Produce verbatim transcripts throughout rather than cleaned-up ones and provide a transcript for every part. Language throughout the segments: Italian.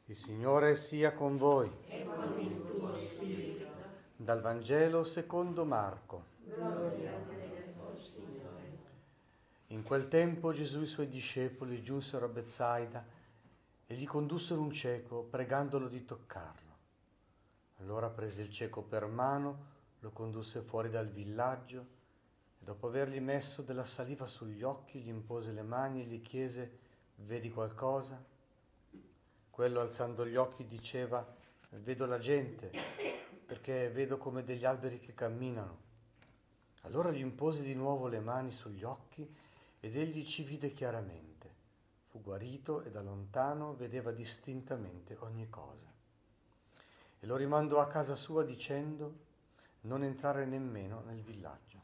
Il Signore sia con voi. E con il tuo spirito. Dal Vangelo secondo Marco. Gloria a te, o Signore. In quel tempo Gesù e i suoi discepoli giunsero a Betsaida e gli condussero un cieco, pregandolo di toccarlo. Allora prese il cieco per mano, lo condusse fuori dal villaggio e dopo avergli messo della saliva sugli occhi gli impose le mani e gli chiese: «Vedi qualcosa?» Quello, alzando gli occhi, diceva: «Vedo la gente, perché vedo come degli alberi che camminano». Allora gli impose di nuovo le mani sugli occhi ed egli ci vide chiaramente. Fu guarito e da lontano vedeva distintamente ogni cosa. E lo rimandò a casa sua dicendo: «Non entrare nemmeno nel villaggio».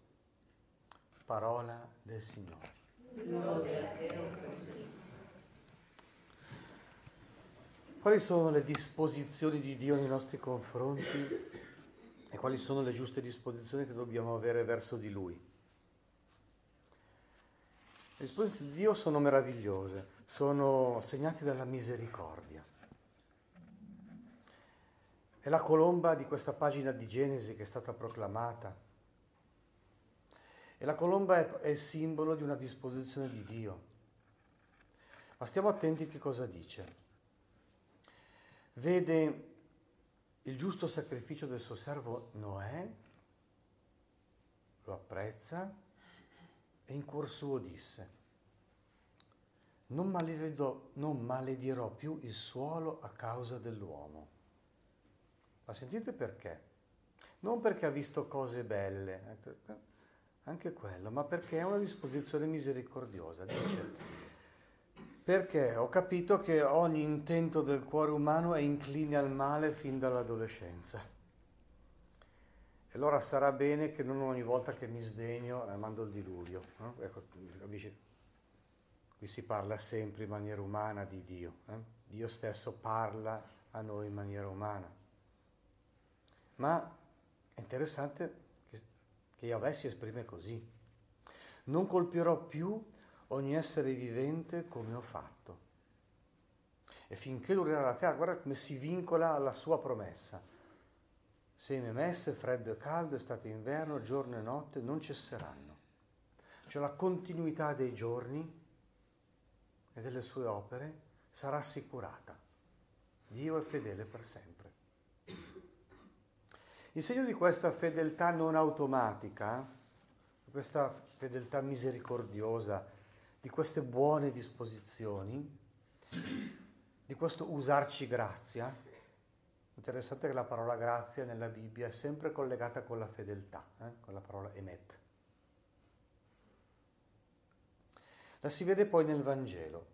Parola del Signore. Lode a te, o Cristo. Quali sono le disposizioni di Dio nei nostri confronti e quali sono le giuste disposizioni che dobbiamo avere verso di Lui? Le disposizioni di Dio sono meravigliose, sono segnate dalla misericordia. È la colomba di questa pagina di Genesi che è stata proclamata. E la colomba è, è il simbolo di una disposizione di Dio. Ma stiamo attenti che cosa dice. Vede il giusto sacrificio del suo servo Noè, lo apprezza e in cuor suo disse: non maledirò, non maledirò più il suolo a causa dell'uomo. Ma sentite perché? Non perché ha visto cose belle, anche quello, ma perché è una disposizione misericordiosa. Dice: perché ho capito che ogni intento del cuore umano è incline al male fin dall'adolescenza. E allora sarà bene che non ogni volta che mi sdegno eh, mando il diluvio. No? Ecco, capisci? Qui si parla sempre in maniera umana di Dio. Eh? Dio stesso parla a noi in maniera umana. Ma è interessante che, che Yahweh si esprime così. Non colpirò più ogni essere vivente come ho fatto. E finché durerà la terra, guarda come si vincola alla sua promessa. Seme e messe, freddo e caldo, estate e inverno, giorno e notte non cesseranno. Cioè la continuità dei giorni e delle sue opere sarà assicurata. Dio è fedele per sempre. Il segno di questa fedeltà non automatica, questa fedeltà misericordiosa, di queste buone disposizioni, di questo usarci grazia. Interessante che la parola grazia nella Bibbia è sempre collegata con la fedeltà, eh? Con la parola emet. La si vede poi nel Vangelo.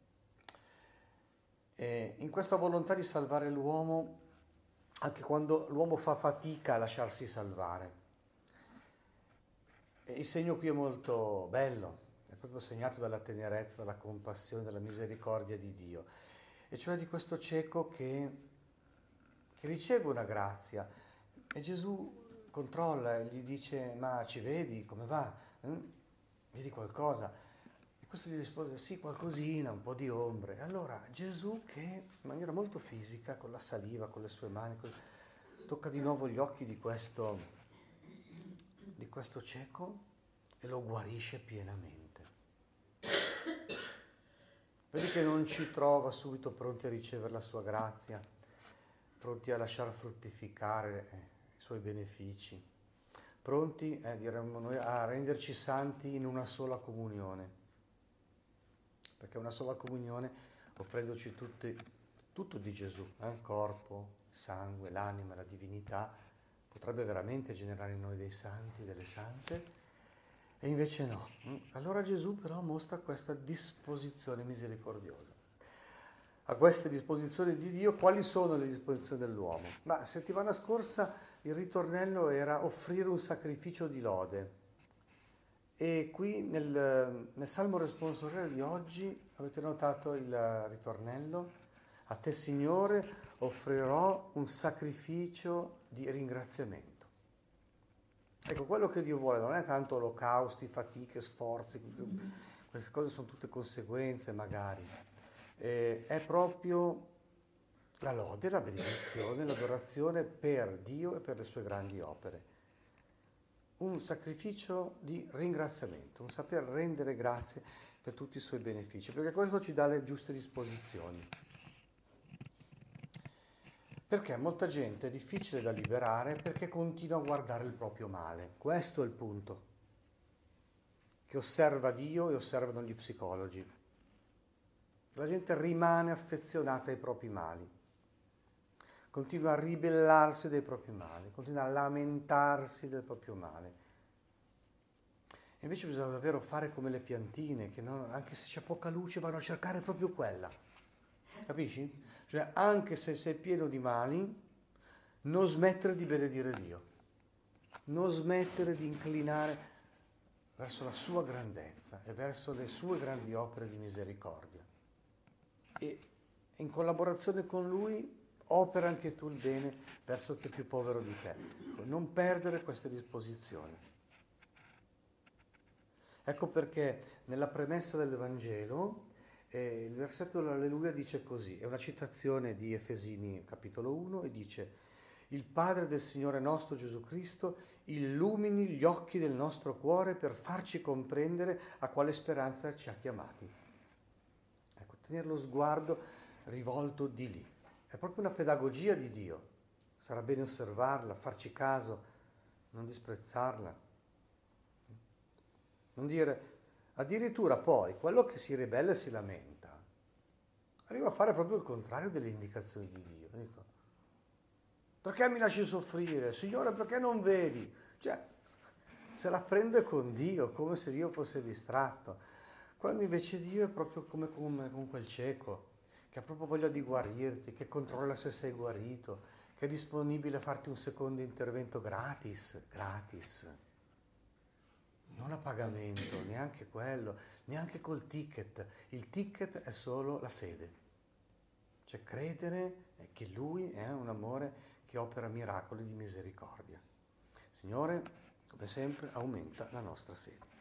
E in questa volontà di salvare l'uomo, anche quando l'uomo fa fatica a lasciarsi salvare. E il segno qui è molto bello. È proprio segnato dalla tenerezza, dalla compassione, dalla misericordia di Dio, e cioè di questo cieco che, che riceve una grazia e Gesù controlla e gli dice: ma ci vedi come va? Mm? Vedi qualcosa? E questo gli rispose: sì, qualcosina, un po' di ombre. E allora Gesù, che in maniera molto fisica, con la saliva, con le sue mani, tocca di nuovo gli occhi di questo, di questo cieco e lo guarisce pienamente. Vedi che non ci trova subito pronti a ricevere la sua grazia, pronti a lasciar fruttificare eh, i suoi benefici, pronti, eh, diremmo noi, a renderci santi in una sola comunione. Perché una sola comunione, offrendoci tutti, tutto di Gesù, eh, il corpo, il sangue, l'anima, la divinità, potrebbe veramente generare in noi dei santi, delle sante. E invece no. Allora Gesù però mostra questa disposizione misericordiosa. A queste disposizioni di Dio, quali sono le disposizioni dell'uomo? Ma settimana scorsa il ritornello era offrire un sacrificio di lode. E qui nel, nel Salmo responsoriale di oggi, avete notato il ritornello? A te, Signore, offrirò un sacrificio di ringraziamento. Ecco, quello che Dio vuole non è tanto olocausti, fatiche, sforzi, queste cose sono tutte conseguenze magari, eh, è proprio la lode, la benedizione, l'adorazione per Dio e per le sue grandi opere. Un sacrificio di ringraziamento, un saper rendere grazie per tutti i suoi benefici, perché questo ci dà le giuste disposizioni. Perché molta gente è difficile da liberare perché continua a guardare il proprio male. Questo è il punto, che osserva Dio e osservano gli psicologi. La gente rimane affezionata ai propri mali, continua a ribellarsi dei propri mali, continua a lamentarsi del proprio male. E invece bisogna davvero fare come le piantine, che non, anche se c'è poca luce vanno a cercare proprio quella. Capisci? Cioè, anche se sei pieno di mali, non smettere di benedire Dio, non smettere di inclinare verso la sua grandezza e verso le sue grandi opere di misericordia. E in collaborazione con Lui opera anche tu il bene verso chi è più povero di te. Non perdere queste disposizioni. Ecco perché nella premessa del Vangelo eh, il versetto dell'Alleluia dice così, è una citazione di Efesini capitolo uno e dice: il Padre del Signore nostro Gesù Cristo illumini gli occhi del nostro cuore per farci comprendere a quale speranza ci ha chiamati. Ecco, tenere lo sguardo rivolto di lì. È proprio una pedagogia di Dio. Sarà bene osservarla, farci caso, non disprezzarla. Non dire, addirittura poi, quello che si ribella e si lamenta, arriva a fare proprio il contrario delle indicazioni di Dio. Dico, perché mi lasci soffrire? Signore, perché non vedi? Cioè, se la prende con Dio, come se Dio fosse distratto. Quando invece Dio è proprio come, come con quel cieco, che ha proprio voglia di guarirti, che controlla se sei guarito, che è disponibile a farti un secondo intervento gratis, gratis. Non a pagamento, neanche quello, neanche col ticket. Il ticket è solo la fede. Cioè credere che Lui è un amore che opera miracoli di misericordia. Signore, come sempre, aumenta la nostra fede.